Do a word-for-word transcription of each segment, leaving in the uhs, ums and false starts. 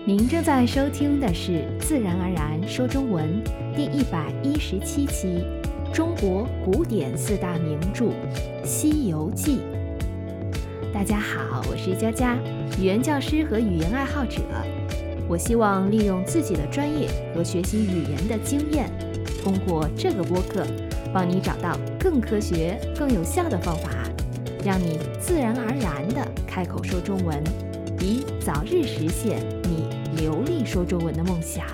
您正在收听的是《自然而然说中文》第一百一十七期，中国古典四大名著《西游记》。大家好，我是佳佳，语言教师和语言爱好者。我希望利用自己的专业和学习语言的经验，通过这个播客，帮你找到更科学、更有效的方法，让你自然而然地开口说中文，以早日实现你流利说中文的梦想。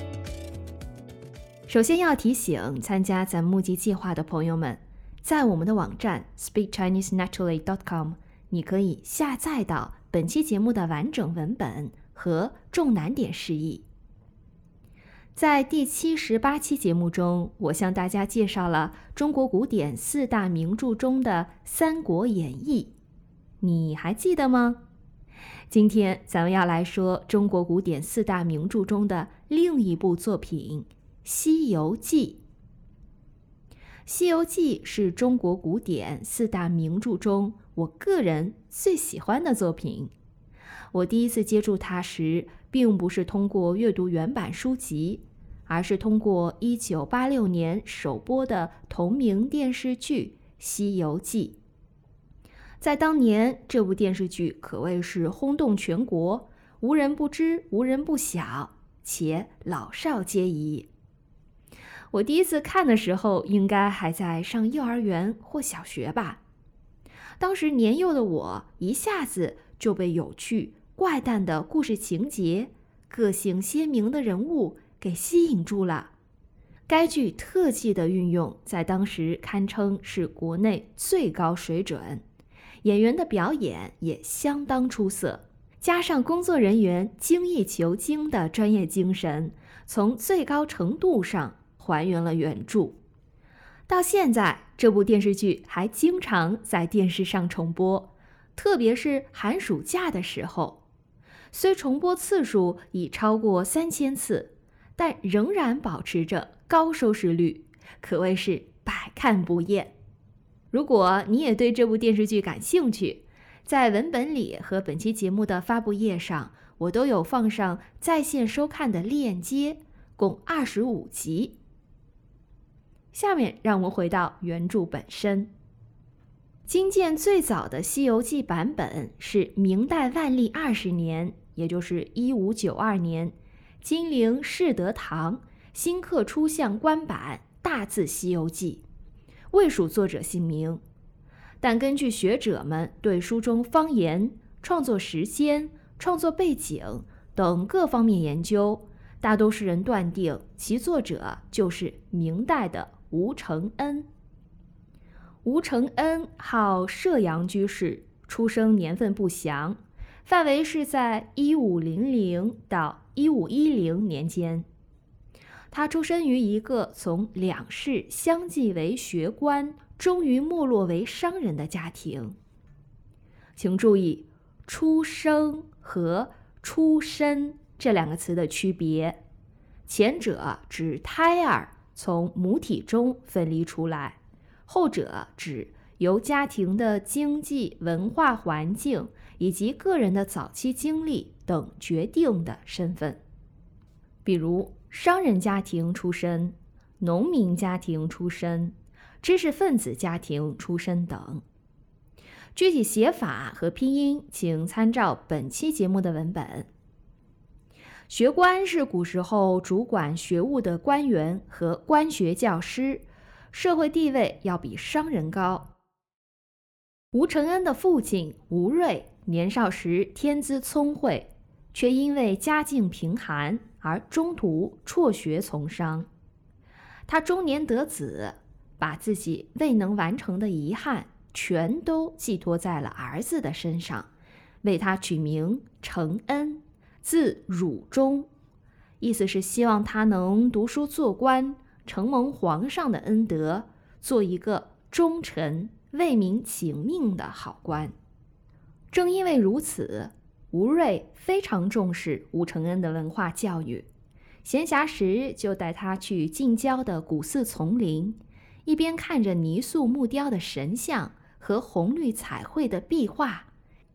首先要提醒参加咱募集计划的朋友们，在我们的网站 speak chinese naturally dot com， 你可以下载到本期节目的完整文本和重难点释义。在第七十八期节目中，我向大家介绍了中国古典四大名著中的《三国演义》，你还记得吗？今天咱们要来说中国古典四大名著中的另一部作品《西游记》。《西游记》是中国古典四大名著中我个人最喜欢的作品。我第一次接触它时，并不是通过阅读原版书籍，而是通过一九八六年首播的同名电视剧《西游记》。在当年，这部电视剧可谓是轰动全国，无人不知，无人不晓，且老少皆宜。我第一次看的时候，应该还在上幼儿园或小学吧。当时年幼的我，一下子就被有趣、怪诞的故事情节、个性鲜明的人物给吸引住了。该剧特技的运用，在当时堪称是国内最高水准。演员的表演也相当出色，加上工作人员精益求精的专业精神，从最高程度上还原了原著。到现在，这部电视剧还经常在电视上重播，特别是寒暑假的时候。虽重播次数已超过三千次，但仍然保持着高收视率，可谓是百看不厌。如果你也对这部电视剧感兴趣，在文本里和本期节目的发布页上，我都有放上在线收看的链接，共二十五集。下面让我们回到原著本身。今建最早的《西游记》版本是明代万历二十年，也就是一五九二年，金陵世德堂新刻出象官版大字《西游记》。未属作者姓名，但根据学者们对书中方言、创作时间、创作背景等各方面研究，大多数人断定其作者就是明代的吴承恩。吴承恩号射阳居士，出生年份不详，范围是在一五零零到一五一零年间。他出生于一个从两世相继为学官，终于没落为商人的家庭。请注意出生和出身这两个词的区别，前者指胎儿从母体中分离出来，后者指由家庭的经济文化环境以及个人的早期经历等决定的身份。比如商人家庭出身、农民家庭出身、知识分子家庭出身等。具体写法和拼音请参照本期节目的文本。学官是古时候主管学务的官员和官学教师，社会地位要比商人高。吴承恩的父亲吴瑞年少时天资聪慧，却因为家境贫寒而中途辍学从商。他中年得子，把自己未能完成的遗憾全都寄托在了儿子的身上，为他取名承恩，字汝中，意思是希望他能读书做官，承蒙皇上的恩德，做一个忠臣、为民请命的好官。正因为如此，吴瑞非常重视吴承恩的文化教育，闲暇时就带他去近郊的古寺丛林，一边看着泥塑木雕的神像和红绿彩绘的壁画，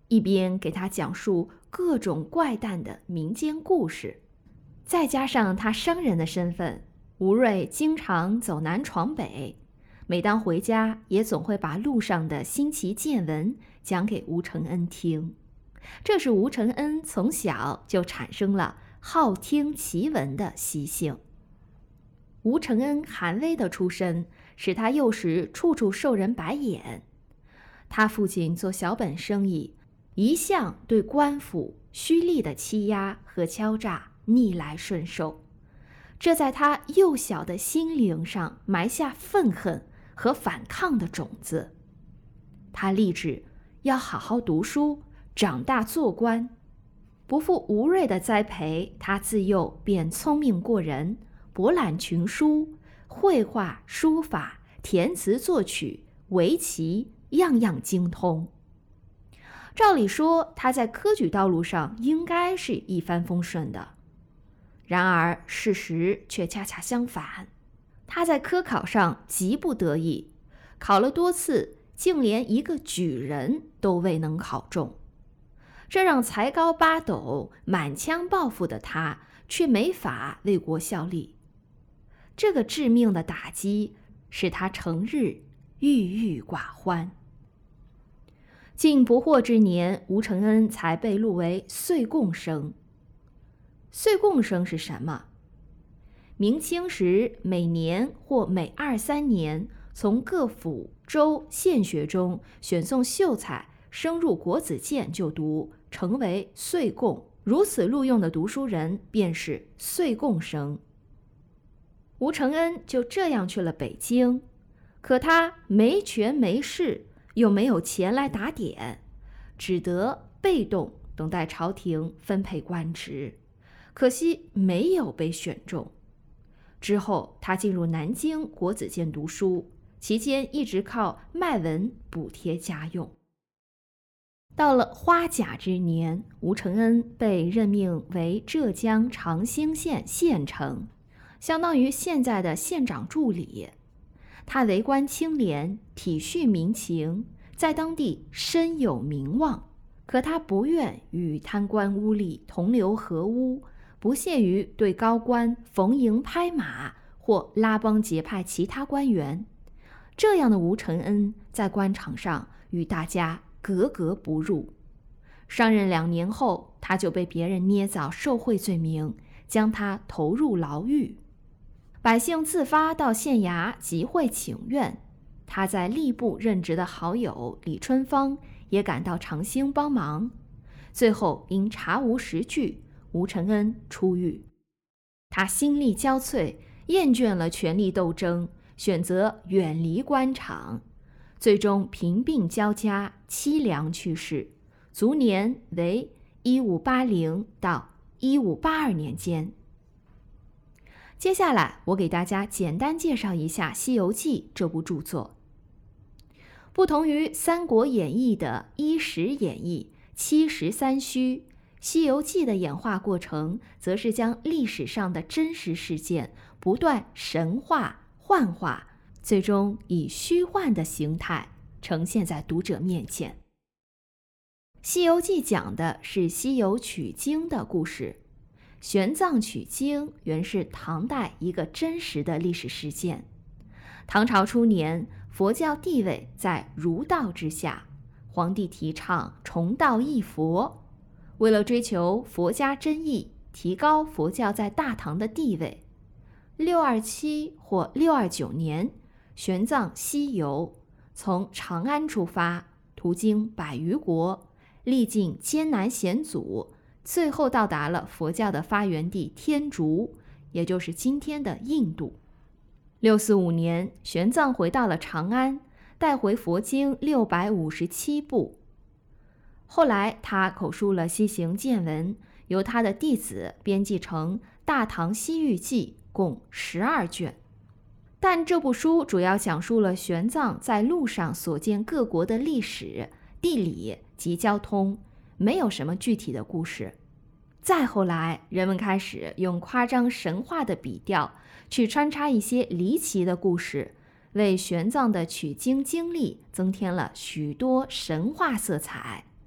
一边给他讲述各种怪诞的民间故事。再加上他商人的身份，吴瑞经常走南闯北，每当回家也总会把路上的新奇见闻讲给吴承恩听。这使吴承恩从小就产生了好听奇闻的习性。吴承恩寒微的出身使他幼时处处受人白眼。他父亲做小本生意，一向对官府虚吏的欺压和敲诈逆来顺受，这在他幼小的心灵上埋下愤恨和反抗的种子。他立志要好好读书，长大做官。不负吴瑞的栽培，他自幼便聪明过人，博览群书，绘画、书法、填词作曲、围棋，样样精通。照理说，他在科举道路上应该是一帆风顺的。然而事实却恰恰相反，他在科考上极不得意，考了多次，竟连一个举人都未能考中。这让才高八斗、满腔抱负的他却没法为国效力。这个致命的打击使他成日郁郁寡欢。竟不惑之年，吴承恩才被录为岁贡生。岁贡生是什么？明清时每年或每二三年从各府州县学中选送秀才升入国子监就读，成为岁贡。如此录用的读书人便是岁贡生。吴承恩就这样去了北京，可他没权没势，又没有钱来打点，只得被动等待朝廷分配官职。可惜没有被选中。之后他进入南京国子监读书，期间一直靠卖文补贴家用。到了花甲之年，吴承恩被任命为浙江长兴县县丞，相当于现在的县长助理。他为官清廉，体恤民情，在当地深有名望。可他不愿与贪官污吏同流合污，不屑于对高官逢迎拍马或拉帮结派其他官员。这样的吴承恩在官场上与大家格格不入。上任两年后，他就被别人捏造受贿罪名，将他投入牢狱。百姓自发到县衙集会请愿，他在吏部任职的好友李春芳也赶到长兴帮忙。最后因查无实据，吴承恩出狱。他心力交瘁，厌倦了权力斗争，选择远离官场，最终贫病交加，凄凉去世，卒年为一五八零到一五八二年间。接下来我给大家简单介绍一下《西游记》这部著作。不同于《三国演义》的一时演义、七十三虚，《西游记》的演化过程则是将历史上的真实事件不断神化、幻化，最终以虚幻的形态呈现在读者面前。《西游记》讲的是西游取经的故事。玄奘取经原是唐代一个真实的历史事件。唐朝初年，佛教地位在儒道之下，皇帝提倡崇道抑佛。为了追求佛家真义，提高佛教在大唐的地位，六二七或六二九年，玄奘西游，从长安出发，途经百余国，历尽艰难险阻，最后到达了佛教的发源地天竺，也就是今天的印度。六四五年，玄奘回到了长安，带回佛经六百五十七部。后来他口述了西行见闻，由他的弟子编辑成《大唐西域记》，共十二卷。但这部书主要讲述了玄奘在路上所见各国的历史、地理及交通，没有什么具体的故事。再后来，人们开始用夸张神话的笔调去穿插一些离奇的故事，为玄奘的取经经历增添了许多神话色彩。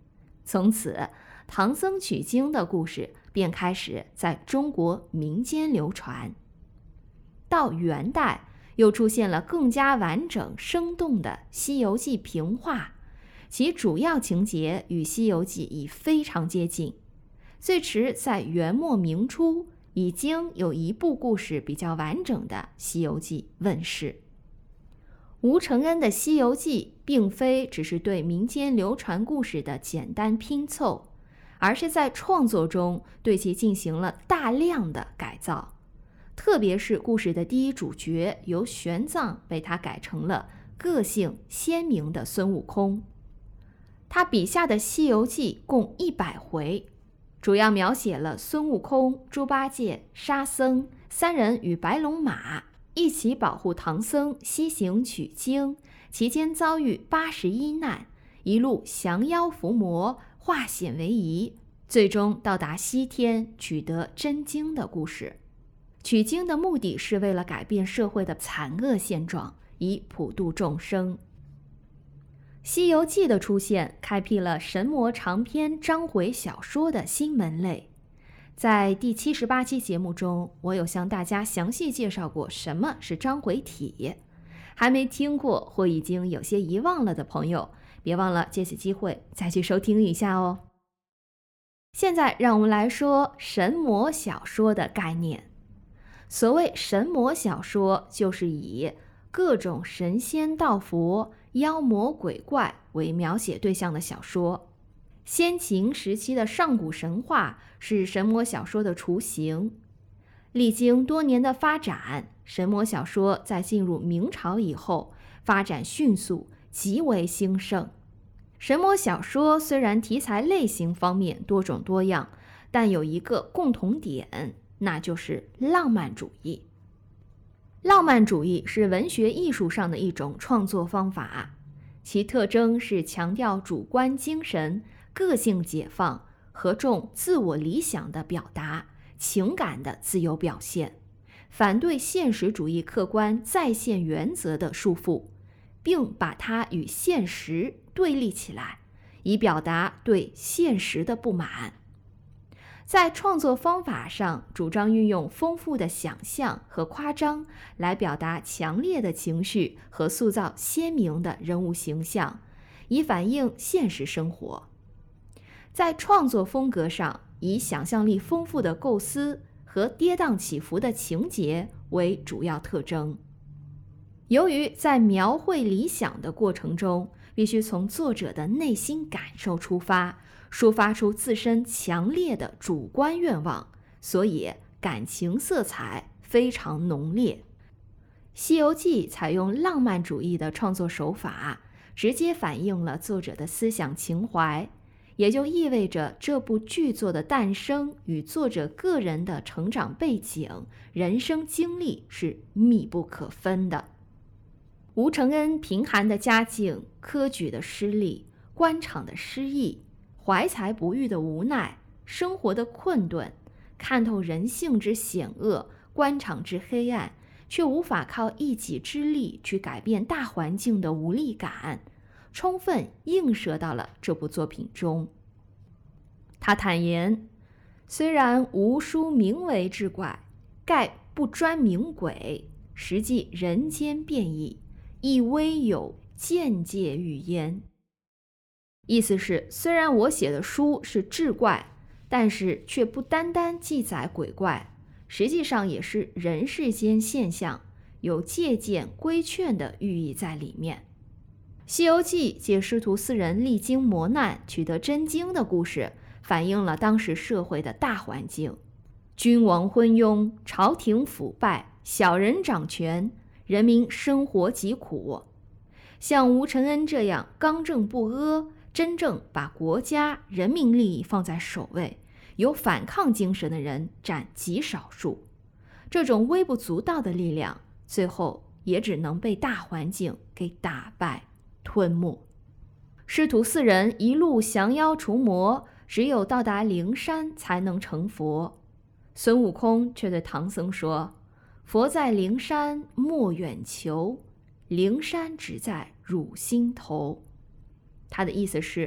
从此，唐僧取经的故事便开始在中国民间流传。到元代，又出现了更加完整生动的《西游记》平话，其主要情节与《西游记》已非常接近。最迟在元末明初，已经有一部故事比较完整的《西游记》问世。吴承恩的《西游记》并非只是对民间流传故事的简单拼凑，而是在创作中对其进行了大量的改造。特别是故事的第一主角由玄奘被他改成了个性鲜明的孙悟空。他笔下的《西游记》共一百回，主要描写了孙悟空、猪八戒、沙僧三人与白龙马一起保护唐僧西行取经，期间遭遇八十一难，一路降妖伏魔，化险为夷，最终到达西天取得真经的故事。取经的目的是为了改变社会的惨恶现状，以普度众生。《西游记》的出现开辟了神魔长篇章回小说的新门类。在第七十八期节目中，我有向大家详细介绍过什么是章回体。还没听过或已经有些遗忘了的朋友，别忘了借此机会再去收听一下哦。现在让我们来说神魔小说的概念。所谓神魔小说，就是以各种神仙道佛、妖魔鬼怪为描写对象的小说。先秦时期的上古神话是神魔小说的雏形。历经多年的发展，神魔小说在进入明朝以后发展迅速，极为兴盛。神魔小说虽然题材类型方面多种多样，但有一个共同点，那就是浪漫主义。浪漫主义是文学艺术上的一种创作方法，其特征是强调主观精神、个性解放和重自我理想的表达、情感的自由表现，反对现实主义客观再现原则的束缚，并把它与现实对立起来，以表达对现实的不满。在创作方法上，主张运用丰富的想象和夸张来表达强烈的情绪和塑造鲜明的人物形象，以反映现实生活。在创作风格上，以想象力丰富的构思和跌宕起伏的情节为主要特征。由于在描绘理想的过程中，必须从作者的内心感受出发，抒发出自身强烈的主观愿望，所以感情色彩非常浓烈。《西游记》采用浪漫主义的创作手法，直接反映了作者的思想情怀，也就意味着这部剧作的诞生与作者个人的成长背景、人生经历是密不可分的。吴承恩贫寒的家境、科举的失利、官场的失意、怀才不遇的无奈、生活的困顿，看透人性之险恶、官场之黑暗，却无法靠一己之力去改变大环境的无力感，充分映射到了这部作品中。他坦言，虽然无书名为志怪，盖不专名鬼，实际人间变异，亦微有见界语焉。意思是，虽然我写的书是志怪，但是却不单单记载鬼怪，实际上也是人世间现象，有借鉴规劝的寓意在里面。《西游记》借师徒四人历经磨难取得真经的故事，反映了当时社会的大环境：君王昏庸，朝廷腐败，小人掌权，人民生活疾苦。像吴承恩这样刚正不阿，真正把国家人民利益放在首位，有反抗精神的人占极少数。这种微不足道的力量，最后也只能被大环境给打败吞没。师徒四人一路降妖除魔，只有到达灵山才能成佛。孙悟空却对唐僧说：“佛在灵山莫远求，灵山只在汝心头。”他的意思是，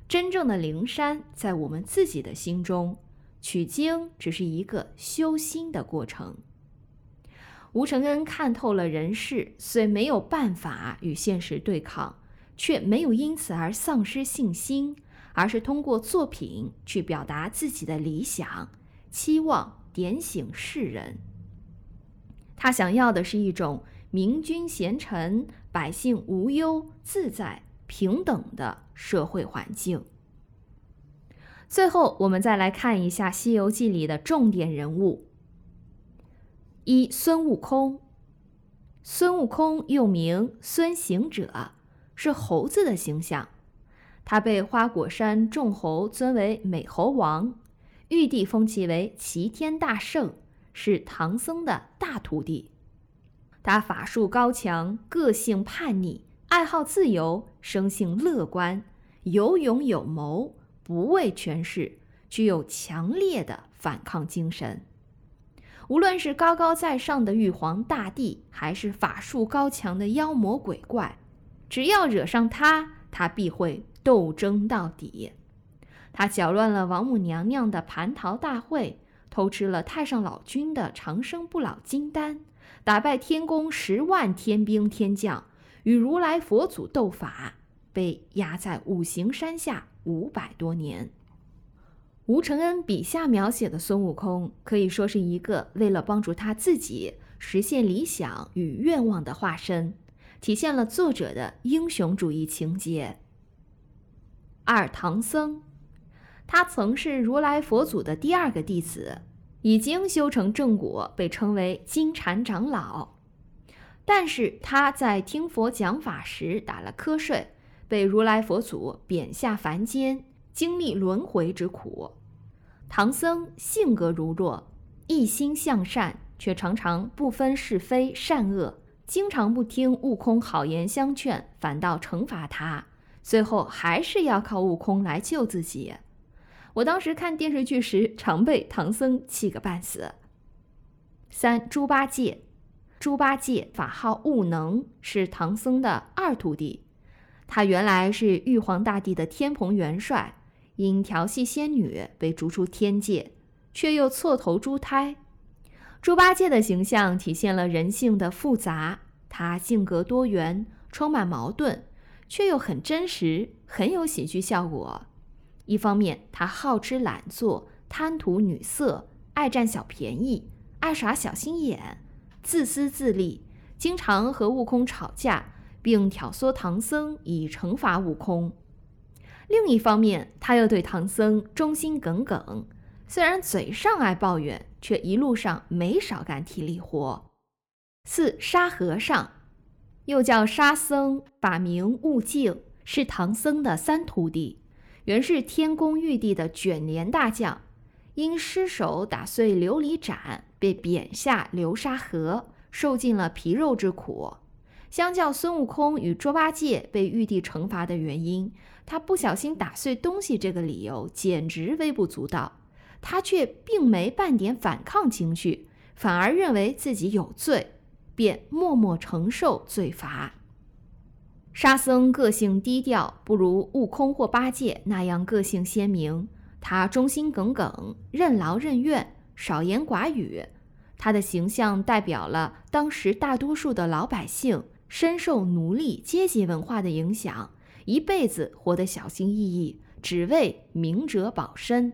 真正的灵山在我们自己的心中，取经只是一个修心的过程。吴承恩看透了人世，虽没有办法与现实对抗，却没有因此而丧失信心，而是通过作品去表达自己的理想，期望点醒世人。他想要的是一种明君贤臣、百姓无忧、自在、平等的社会环境。最后，我们再来看一下《西游记》里的重点人物。一、孙悟空。孙悟空又名孙行者，是猴子的形象。他被花果山众猴尊为美猴王，玉帝封其为齐天大圣，是唐僧的大徒弟。他法术高强，个性叛逆，爱好自由，生性乐观，有勇有谋，不畏权势，具有强烈的反抗精神。无论是高高在上的玉皇大帝，还是法术高强的妖魔鬼怪，只要惹上他，他必会斗争到底。他搅乱了王母娘娘的蟠桃大会，偷吃了太上老君的长生不老金丹，打败天宫十万天兵天将，与如来佛祖斗法，被压在五行山下五百多年。吴承恩笔下描写的孙悟空，可以说是一个为了帮助他自己实现理想与愿望的化身，体现了作者的英雄主义情节。二、唐僧。他曾是如来佛祖的第二个弟子，已经修成正果，被称为金蝉长老。但是他在听佛讲法时打了瞌睡，被如来佛祖贬下凡间，经历轮回之苦。唐僧性格如弱，一心向善，却常常不分是非善恶，经常不听悟空好言相劝，反倒惩罚他，最后还是要靠悟空来救自己。我当时看电视剧时，常被唐僧气个半死。三、猪八戒。猪八戒法号悟能，是唐僧的二徒弟。他原来是玉皇大帝的天蓬元帅，因调戏仙女被逐出天界，却又错投猪胎。猪八戒的形象体现了人性的复杂，他性格多元，充满矛盾，却又很真实，很有喜剧效果。一方面，他好吃懒做，贪图女色，爱占小便宜，爱耍小心眼，自私自利，经常和悟空吵架，并挑唆唐僧以惩罚悟空。另一方面，他又对唐僧忠心耿耿，虽然嘴上爱抱怨，却一路上没少干体力活。四、沙和尚。又叫沙僧，法名悟净，是唐僧的三徒弟，原是天宫玉帝的卷帘大将，因失手打碎琉璃盏，被贬下流沙河，受尽了皮肉之苦。相较孙悟空与猪八戒被玉帝惩罚的原因，他不小心打碎东西这个理由简直微不足道，他却并没半点反抗情绪，反而认为自己有罪，便默默承受罪罚。沙僧个性低调，不如悟空或八戒那样个性鲜明，他忠心耿耿，任劳任怨，少言寡语。他的形象代表了当时大多数的老百姓深受奴隶阶级文化的影响，一辈子活得小心翼翼，只为明哲保身。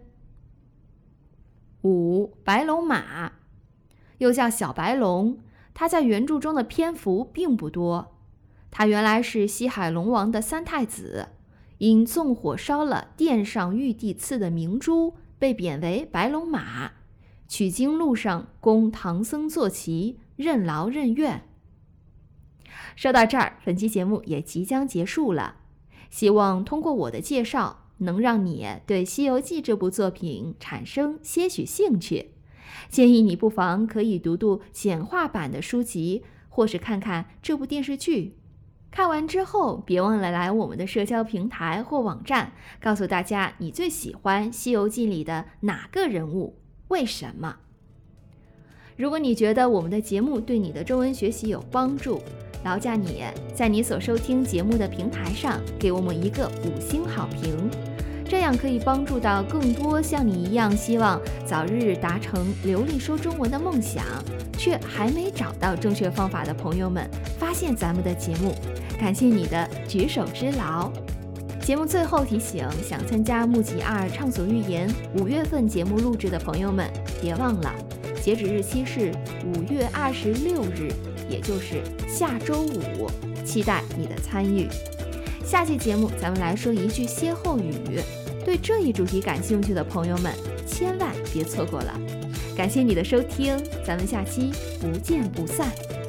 五、白龙马。又叫小白龙，他在原著中的篇幅并不多。他原来是西海龙王的三太子，因纵火烧了殿上玉帝赐的明珠，被贬为白龙马，取经路上供唐僧坐骑，任劳任怨。说到这儿，本期节目也即将结束了，希望通过我的介绍，能让你对《西游记》这部作品产生些许兴趣。建议你不妨可以读读简化版的书籍，或是看看这部电视剧。看完之后，别忘了来我们的社交平台或网站，告诉大家你最喜欢《西游记》里的哪个人物，为什么？如果你觉得我们的节目对你的中文学习有帮助，劳驾你在你所收听节目的平台上给我们一个五星好评， 这样可以帮助到更多像你一样希望早日达成流利说中文的梦想，却还没找到正确方法的朋友们发现咱们的节目。感谢你的举手之劳。节目最后提醒，想参加募集二畅所欲言五月份节目录制的朋友们，别忘了截止日期是五月二十六日，也就是下周五，期待你的参与。下期节目咱们来说一句歇后语，对这一主题感兴趣的朋友们千万别错过了。感谢你的收听，咱们下期不见不散。